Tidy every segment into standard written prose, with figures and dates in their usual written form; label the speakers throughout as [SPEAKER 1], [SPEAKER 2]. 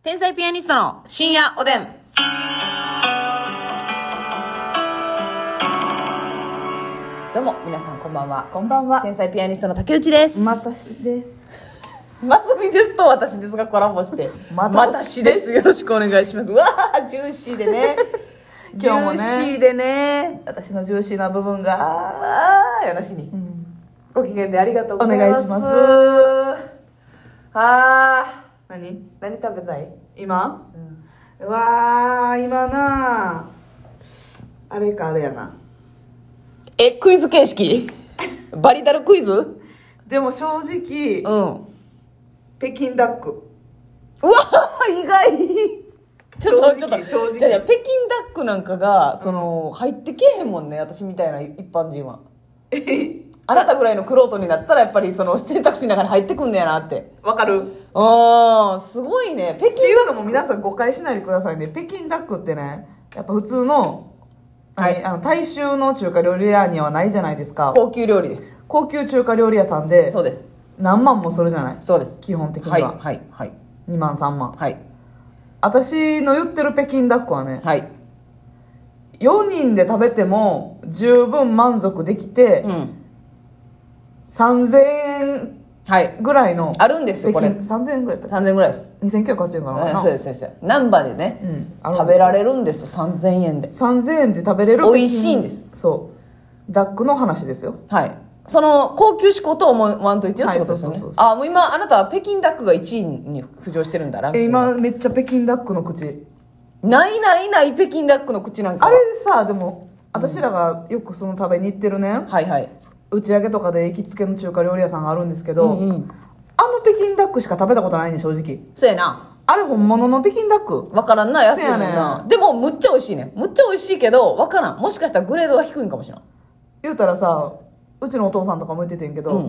[SPEAKER 1] 天才ピアニストの深夜おでん。どうも皆さんこんばんは。
[SPEAKER 2] こんばんは。
[SPEAKER 1] 天才ピアニストの竹内です。
[SPEAKER 2] 私です。
[SPEAKER 1] ますみですと私ですがコラボして私です。よろしくお願いします。うわージューシーでね
[SPEAKER 2] 今日もね
[SPEAKER 1] ジューシーでね、
[SPEAKER 2] 私のジューシーな部分が
[SPEAKER 1] やなしに、ご機嫌でありがとうございます。
[SPEAKER 2] お願いします。
[SPEAKER 1] 何食べたい？
[SPEAKER 2] 今、うわー今なあれやな。
[SPEAKER 1] クイズ形式バリダルクイズ？
[SPEAKER 2] でも正直、北京ダック。
[SPEAKER 1] うわ意外ちょっと
[SPEAKER 2] 正直
[SPEAKER 1] じゃあ北京ダックなんかが入ってけえへんもんね、私みたいな一般人は。あなたぐらいの玄人になったらやっぱり選択肢の中に入ってくんねやなって。
[SPEAKER 2] わかる？
[SPEAKER 1] すごいね。北京ダック
[SPEAKER 2] っていうのも皆さん誤解しないでくださいね。北京ダックってね、やっぱ普通の、大衆の中華料理屋にはないじゃないですか。
[SPEAKER 1] 高級料理です。
[SPEAKER 2] 高級中華料理屋さんで
[SPEAKER 1] そうです。
[SPEAKER 2] 何万もするじゃない。
[SPEAKER 1] そうです。
[SPEAKER 2] 基本的には。
[SPEAKER 1] はい。
[SPEAKER 2] 2万3万。
[SPEAKER 1] はい。
[SPEAKER 2] 私の言ってる北京ダックはね、
[SPEAKER 1] はい。
[SPEAKER 2] 4人で食べても十分満足できて、3000円ぐらいの、
[SPEAKER 1] あるんですよこれ。
[SPEAKER 2] 3000円ぐらいだったっ
[SPEAKER 1] 3000円ぐらいです。
[SPEAKER 2] け？ 2980円かな。
[SPEAKER 1] そうです。難波でね、食べられるんです。3000円で。
[SPEAKER 2] 3000円で食べれる。
[SPEAKER 1] 美味しいんです。
[SPEAKER 2] そう。ダックの話ですよ。
[SPEAKER 1] はい。高級志向と思わんといてよってことですよね。もう今あなたは北京ダックが1位に浮上してるんだ。ランキング
[SPEAKER 2] 今めっちゃ北京ダックの口。
[SPEAKER 1] ない北京ダックの口なんか。
[SPEAKER 2] あれさ、でも私らがよく食べに行ってるね。
[SPEAKER 1] はいはい。
[SPEAKER 2] 打ち上げとかで行きつけの中華料理屋さんがあるんですけど、北京ダックしか食べたことないね、正直。
[SPEAKER 1] そうやな。
[SPEAKER 2] あれ本物の北京ダック
[SPEAKER 1] わからんな、安いもんな。でもむっちゃ美味しいね。むっちゃ美味しいけどわからん。もしかしたらグレードが低いんかもしれん。
[SPEAKER 2] 言うたらさ、うちのお父さんとかも言っててんけど、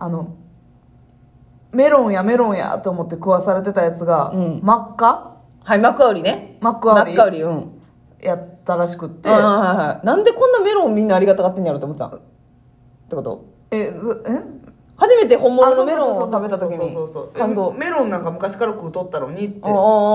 [SPEAKER 2] メロンやと思って食わされてたやつが、真っ赤、
[SPEAKER 1] はい、マクワウリね。
[SPEAKER 2] マックワウリやったらしくって、
[SPEAKER 1] なんでこんなメロンみんなありがたがってんやろと思ってたってこと？初めて本物のメロンを食べた時に感動。
[SPEAKER 2] メロンなんか昔から食うとったのにって。
[SPEAKER 1] う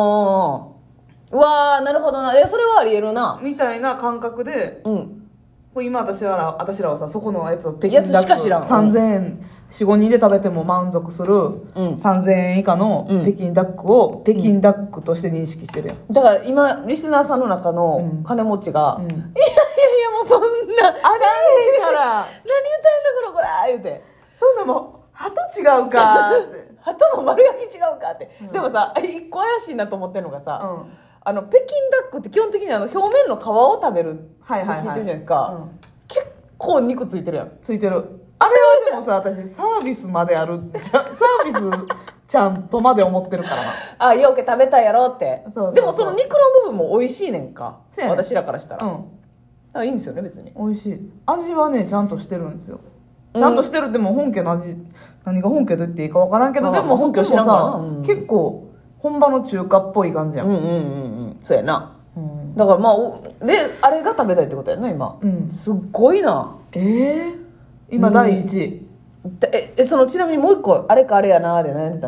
[SPEAKER 1] わー、なるほどな。それはありえるな
[SPEAKER 2] みたいな感覚で、もう今私らはさ、そこのやつを北京ダック3000円、4、5人で食べても満足する3000円以下の北京ダックを北京ダックとして認識してるやん。
[SPEAKER 1] だから今リスナーさんの中の金持ちが、いやもうそんな
[SPEAKER 2] あれから
[SPEAKER 1] 何言ったんだこれ言うて、
[SPEAKER 2] そんなもう鳩違うかって
[SPEAKER 1] 鳩の丸焼き違うかって、でもさ一個怪しいなと思ってるのがさ、北京ダックって基本的に表面の皮を食べるって聞いてるじゃないですか、結構肉ついてるやん。
[SPEAKER 2] ついてる。あれはでもさ、私サービスまであるサービスちゃんとまで思ってるからな。
[SPEAKER 1] ようけ食べたいやろって。
[SPEAKER 2] そう
[SPEAKER 1] でもその肉の部分も美味しいねんか、私らからしたら、いいんですよね別に。
[SPEAKER 2] 美味しい。味はねちゃんとしてるんですよ。ちゃんとしてる。でも本家の味、何が本家と言っていいか分からんけど、でもそこもさ、結構本場の中華っぽい感じやん。
[SPEAKER 1] そうやな。だからであれが食べたいってことやな今。すっごいな。
[SPEAKER 2] 今第1位。
[SPEAKER 1] ちなみにもう一個あれかあれやなーで悩んでた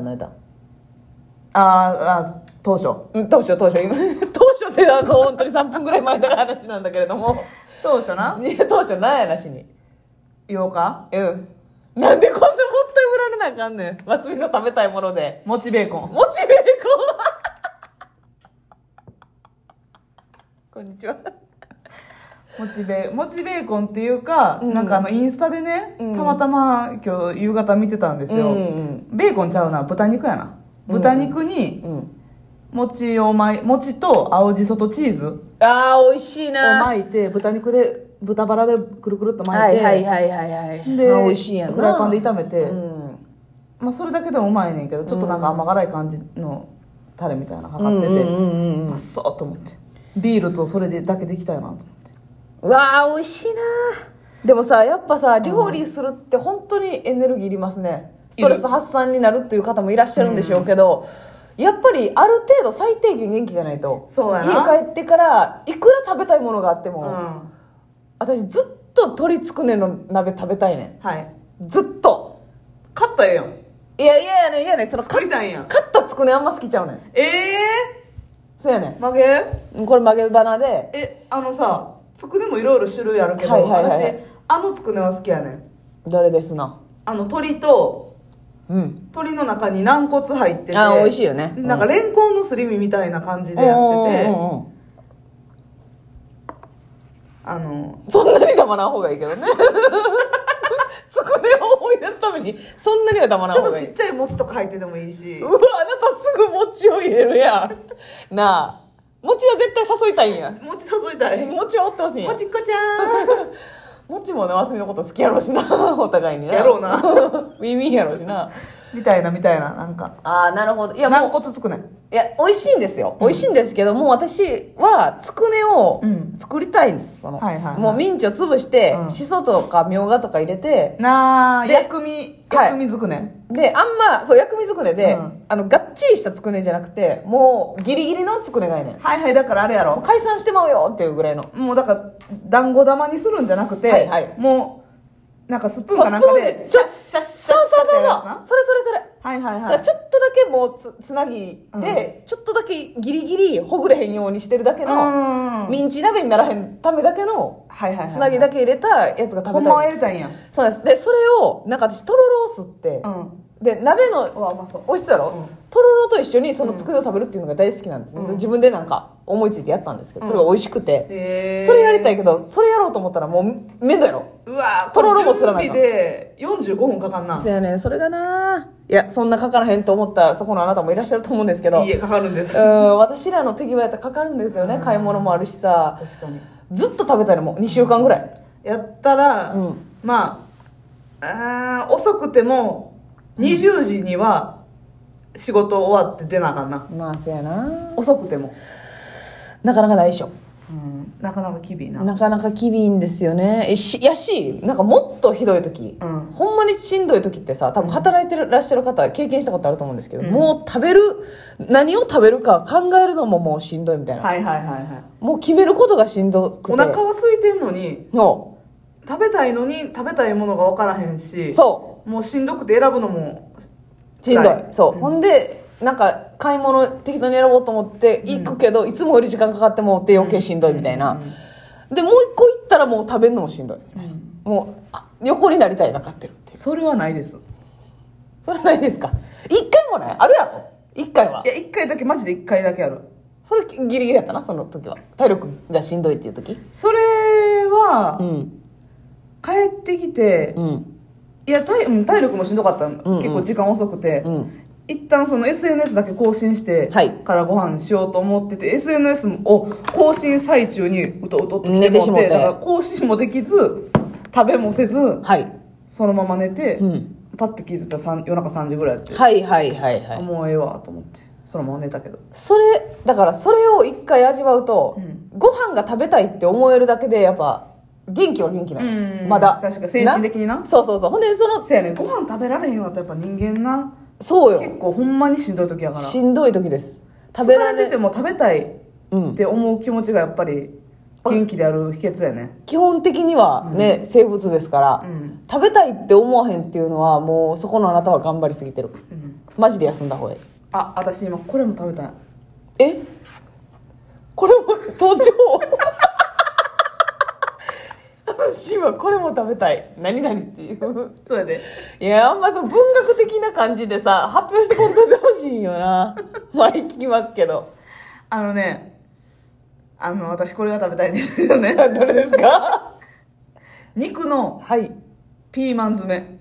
[SPEAKER 2] 当初。
[SPEAKER 1] 当初今当初って本当に3分ぐらい前の話なんだけれども。
[SPEAKER 2] 当初な。
[SPEAKER 1] いや当初なんやなしに
[SPEAKER 2] 言おうか。
[SPEAKER 1] なんでこんなもったいぶられなあかんねん。マスミの食べたいもので。
[SPEAKER 2] もちベーコン。
[SPEAKER 1] こんにちは。
[SPEAKER 2] もちベーコンっていうか、なんかインスタでね、たまたま今日夕方見てたんですよ。ベーコンちゃうな、豚肉やな。豚肉に、餅と青じそとチーズ。
[SPEAKER 1] 美味しいな。
[SPEAKER 2] を巻いて、豚バラでくるくるっと巻いて。で、
[SPEAKER 1] 美味しいやんな。
[SPEAKER 2] フライパンで炒めて、それだけでもうまいねんけど、ちょっとなんか甘辛い感じのタレみたいなのかかってて、あっそうと思って。ビールとそれだけできたよなと思って。
[SPEAKER 1] うわ美味しいな。でもさやっぱさ料理するって本当にエネルギーいりますね。ストレス発散になるっていう方もいらっしゃるんでしょうけど、やっぱりある程度最低限元気じゃないと。
[SPEAKER 2] そうやな。
[SPEAKER 1] 家帰ってからいくら食べたいものがあっても、私ずっと鶏つくねの鍋食べたいねん。ずっと
[SPEAKER 2] 買ったらええやん。
[SPEAKER 1] いやね
[SPEAKER 2] 作りたいやん。
[SPEAKER 1] 買ったつくねあんま好きちゃうねん。 そうやね
[SPEAKER 2] 曲げ
[SPEAKER 1] ん。これ曲げ花で。
[SPEAKER 2] さ、つくねもいろいろ種類あるけど、
[SPEAKER 1] はいはいはい
[SPEAKER 2] 私、つくねは好きやねん。
[SPEAKER 1] どれですな。
[SPEAKER 2] 鶏と、鶏の中に軟骨入ってて、
[SPEAKER 1] 美味しいよね。
[SPEAKER 2] なんかレンコンのすり身みたいな感じでやってて、
[SPEAKER 1] そんなに黙らん方がいいけどね。つくねを思い出すために、そんなには黙らん方がいい。
[SPEAKER 2] ちょっとちっちゃい餅とか入っててもいいし。
[SPEAKER 1] うわ、あなたすぐ餅を入れるやん。なあ。餅は絶対誘いたいんや。
[SPEAKER 2] 餅誘いたい。
[SPEAKER 1] 餅を追ってほしいんや。
[SPEAKER 2] もちっこちゃん。
[SPEAKER 1] 餅もね、ますみのこと好きやろうしな。お互いにな。
[SPEAKER 2] やろうな。
[SPEAKER 1] ウィンウィンやろうしな。
[SPEAKER 2] みたいな、なんか。
[SPEAKER 1] ああ、なるほど。いや、もう
[SPEAKER 2] 軟骨つくね。
[SPEAKER 1] いや、美味しいんですよ。美味しいんですけども、私は、つくねを作りたいんです。
[SPEAKER 2] はいはいはい
[SPEAKER 1] もうミンチを潰して、しそとかみょうがとか入れて、で
[SPEAKER 2] 薬味つくね。
[SPEAKER 1] で、そう、薬味つくねで、がっちりしたつくねじゃなくて、もう、ギリギリのつくねがいいねん。
[SPEAKER 2] はいはい、だからあれやろ。
[SPEAKER 1] 解散してまうよっていうぐらいの。
[SPEAKER 2] もうだから、団子玉にするんじゃなくて、
[SPEAKER 1] はいはい
[SPEAKER 2] もう、なんかスプーンかなんかで、シャッシャッシャッシャッ
[SPEAKER 1] そう
[SPEAKER 2] ってやるやつな。
[SPEAKER 1] それ。
[SPEAKER 2] はいはいはい。
[SPEAKER 1] だからちょっとだけもうつなぎで、ちょっとだけギリギリほぐれへんようにしてるだけの、ミンチ鍋にならへんためだけの、つなぎだけ入れたやつが食べたい。
[SPEAKER 2] ほんまは入れたいんや。
[SPEAKER 1] そうです。で、それを、なんか私、とろろを吸って、で、鍋の、
[SPEAKER 2] うわ、うまそう。
[SPEAKER 1] 美味しそうやろ、とろろと一緒にそのつくねを食べるっていうのが大好きなんです、自分でなんか思いついてやったんですけど、それが美味しくて、それやりたいけど、それやろうと思ったらもう面倒やろ。
[SPEAKER 2] うわ、
[SPEAKER 1] とろろもすらない
[SPEAKER 2] 準備で45分かかんな。
[SPEAKER 1] そうやね、それがないや、そんなかからへんと思ったそこのあなたもいらっしゃると思うんですけど、
[SPEAKER 2] いいえ、かかるんです。
[SPEAKER 1] 私らの手際やったらかかるんですよね。買い物もあるしさ、
[SPEAKER 2] 確かに
[SPEAKER 1] ずっと食べたいのも2週間ぐらい
[SPEAKER 2] やったら、まあ遅くても20時には仕事終わって出なあかんな。
[SPEAKER 1] まあそうやな、
[SPEAKER 2] 遅くても
[SPEAKER 1] なかなかないでしょ。
[SPEAKER 2] なかなか厳いな。
[SPEAKER 1] なかなか厳いんですよね。なんかもっとひどい時、ほんまにしんどい時ってさ、多分働いてらっしゃる方経験したことあると思うんですけど、もう何を食べるか考えるのももうしんどいみたいな、
[SPEAKER 2] はいはいはいはい。
[SPEAKER 1] もう決めることがしんどくて、
[SPEAKER 2] お腹は空いてんのに
[SPEAKER 1] の
[SPEAKER 2] 食べたいのに食べたいものが分からへんし、
[SPEAKER 1] そう
[SPEAKER 2] もうしんどくて選ぶのも
[SPEAKER 1] しんどい。そう、ほんでなんか買い物適当に選ぼうと思って行くけど、いつもより時間かかってもって余計しんどいみたいな、でもう一個行ったらもう食べるのもしんどい、もう横になりたいなかってるっていう。
[SPEAKER 2] それはないです。
[SPEAKER 1] それないですか？一回もないあるやろ。一回は。
[SPEAKER 2] いや、1回だけ、マジで1回だけある。
[SPEAKER 1] それギリギリやったな、その時は。体力がしんどいっていう時。
[SPEAKER 2] それは、帰ってきて、いや体力もしんどかった、結構時間遅くて、一旦その SNS だけ更新してからご飯しようと思ってて、SNS を更新最中にうとうとってきてもって、だから更新もできず食べもせず、そのまま寝て、パッて気づいたら夜中3時ぐらいやって、もうええわと思ってそのまま寝たけど、
[SPEAKER 1] だからそれを一回味わうと、ご飯が食べたいって思えるだけでやっぱ元気は元気なの、まだ。
[SPEAKER 2] 確か精神的にな。
[SPEAKER 1] そうほんで
[SPEAKER 2] そうやね、ご飯食べられへんわとやっぱ人間な。
[SPEAKER 1] そうよ、
[SPEAKER 2] 結構ほんまにしんどい時やから。
[SPEAKER 1] しんどい時です。
[SPEAKER 2] 疲れてても食べたいって思う気持ちがやっぱり元気である秘訣やね。
[SPEAKER 1] 基本的にはね、生物ですから、食べたいって思わへんっていうのはもうそこのあなたは頑張りすぎてる、マジで休んだ方がいい。
[SPEAKER 2] 私今これも食べたい。
[SPEAKER 1] これも登場私今これも食べたい。何々っていう。
[SPEAKER 2] そうやで。
[SPEAKER 1] いや、あんまその文学的な感じでさ、発表してこんといてほしいんよな。前聞きますけど。
[SPEAKER 2] 私これが食べたいんですよね。
[SPEAKER 1] どれですか？
[SPEAKER 2] 肉のピーマン詰め。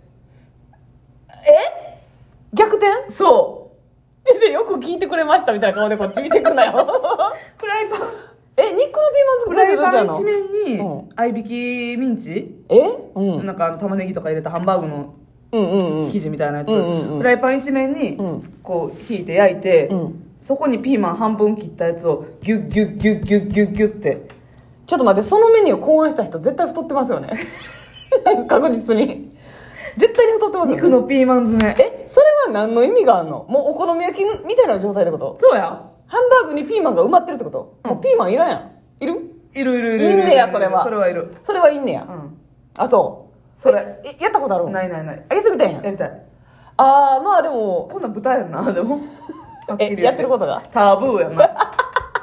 [SPEAKER 1] 逆転？
[SPEAKER 2] そう。
[SPEAKER 1] 先生よく聞いてくれましたみたいな顔でこっち見てくんなよ。
[SPEAKER 2] フライパン。
[SPEAKER 1] 肉のピーマン作
[SPEAKER 2] フライパン一面に合いびきミンチ、なんか玉ねぎとか入れたハンバーグの生地みたいなやつ、フライパン一面にこう引いて焼いて、そこにピーマン半分切ったやつをギュッギュッギュッギュッギュッギュッって。
[SPEAKER 1] ちょっと待って、そのメニュー考案した人絶対太ってますよね。確実に絶対に太ってますよね。
[SPEAKER 2] 肉のピーマン詰め。
[SPEAKER 1] それは何の意味があるの？もうお好み焼きみたいな状態ってこと？
[SPEAKER 2] そうや。
[SPEAKER 1] ハンバーグにピーマンが埋まってるってこと？もうピーマンいらんやん。いる
[SPEAKER 2] いる。
[SPEAKER 1] いんねや、それは。
[SPEAKER 2] それはいる。
[SPEAKER 1] それはいんねや。そう。
[SPEAKER 2] それ。
[SPEAKER 1] やったことある？
[SPEAKER 2] ない。
[SPEAKER 1] やってみたいやん。
[SPEAKER 2] やりたい。
[SPEAKER 1] まあでも。
[SPEAKER 2] こんなん豚やんな、でも。
[SPEAKER 1] やってることが
[SPEAKER 2] タブーやんな。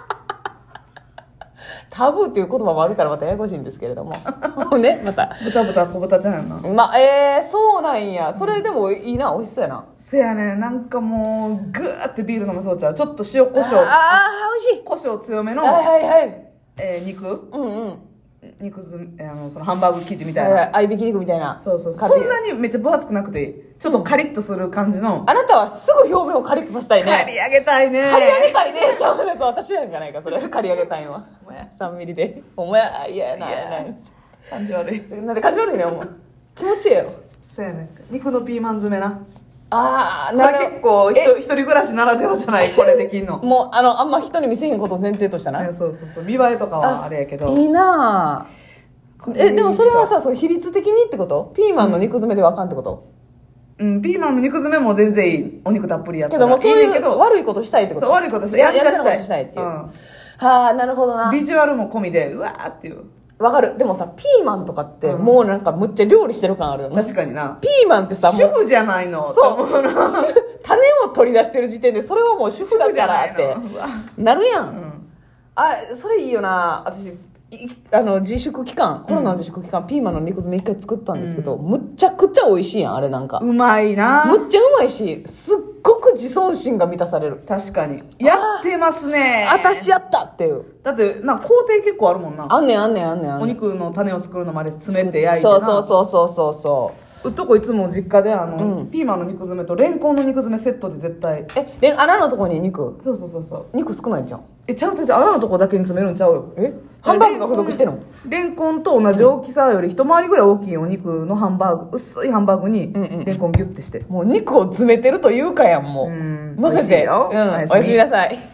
[SPEAKER 1] タブーっていう言葉もあるからまたややこしいんですけれどもねまた
[SPEAKER 2] 豚豚小豚ちゃんやな。
[SPEAKER 1] まあそうなんや。それでもいいな、美味しそうやな。
[SPEAKER 2] せやね、なんかもうグーってビール飲めそうちゃう。ちょっと塩コショウ、
[SPEAKER 1] ああ美味しい。
[SPEAKER 2] コショウ強めの、
[SPEAKER 1] はいはいはい。
[SPEAKER 2] 肉、
[SPEAKER 1] うんうん。
[SPEAKER 2] 肉ずそのハンバーグ生地みたいな、
[SPEAKER 1] 合いびき肉みたいな。
[SPEAKER 2] そうそうそう、そんなにめっちゃ分厚くなくてちょっとカリッとする感じの、
[SPEAKER 1] あなたはすぐ表面をカリッとさせたいね。
[SPEAKER 2] 刈り上げたいね。
[SPEAKER 1] 刈り上げたいね。ちゃうね、そう私やんじゃないかそれ。刈り上げたいのは3ミリで。お前嫌やな。
[SPEAKER 2] 感じ悪い。
[SPEAKER 1] なんで感じ悪いねお前。気持ちいいやろ。
[SPEAKER 2] そうやね、肉のピーマン詰めな。
[SPEAKER 1] ああ、
[SPEAKER 2] これ結構一人暮らしならではじゃない、これできんの。
[SPEAKER 1] もうあんま人に見せへんことを前提としたな。
[SPEAKER 2] そうそうそう、見栄えとかはあれやけど。
[SPEAKER 1] いいなぁ。でもそれはさ、比率的にってこと？ピーマンの肉詰めでわかんってこと？
[SPEAKER 2] うん、ピーマンの肉詰めも全然いい。お肉たっぷりやったら
[SPEAKER 1] けどもそういう
[SPEAKER 2] けど
[SPEAKER 1] 悪いことしたいってこと？
[SPEAKER 2] そう、悪いことしたい。やっちゃ
[SPEAKER 1] したいっていう。
[SPEAKER 2] うん、
[SPEAKER 1] はあ、なるほどな。
[SPEAKER 2] ビジュアルも込みで、うわーっていう。
[SPEAKER 1] わかる。でもさ、ピーマンとかってもうなんかむっちゃ料理してる感あるよね。
[SPEAKER 2] 確かにな。
[SPEAKER 1] ピーマンってさ、
[SPEAKER 2] 主婦じゃないの。
[SPEAKER 1] そう。種を取り出してる時点でそれはもう主婦だからってなるやん。それいいよな。私自粛期間、コロナの自粛期間、ピーマンの肉詰め一回作ったんですけど、むっちゃくちゃ美味しいやん、あれなんか。
[SPEAKER 2] うまいな。
[SPEAKER 1] むっちゃうまいし、すっごく自尊心が満たされる。
[SPEAKER 2] 確かに。やってますね。
[SPEAKER 1] 私やったっていう。
[SPEAKER 2] だって、工程結構あるもんな。
[SPEAKER 1] あんねん。
[SPEAKER 2] お肉の種を作るのまで詰めて焼いてな。
[SPEAKER 1] そう。
[SPEAKER 2] うっとこいつも実家でピーマンの肉詰めとレンコンの肉詰めセットで絶対。
[SPEAKER 1] 穴のとこに肉？
[SPEAKER 2] そう。
[SPEAKER 1] 肉少ないじゃん。
[SPEAKER 2] ちゃう穴のとこだけに詰めるんちゃうよ。
[SPEAKER 1] ハンバーグが付属してるの？
[SPEAKER 2] レンコンと同じ大きさより一回りぐらい大きいお肉のハンバーグ、薄いハンバーグにレンコンギュッてして。
[SPEAKER 1] もう肉を詰めてるというかやん、もう。
[SPEAKER 2] 混ぜて。
[SPEAKER 1] おやすみなさい。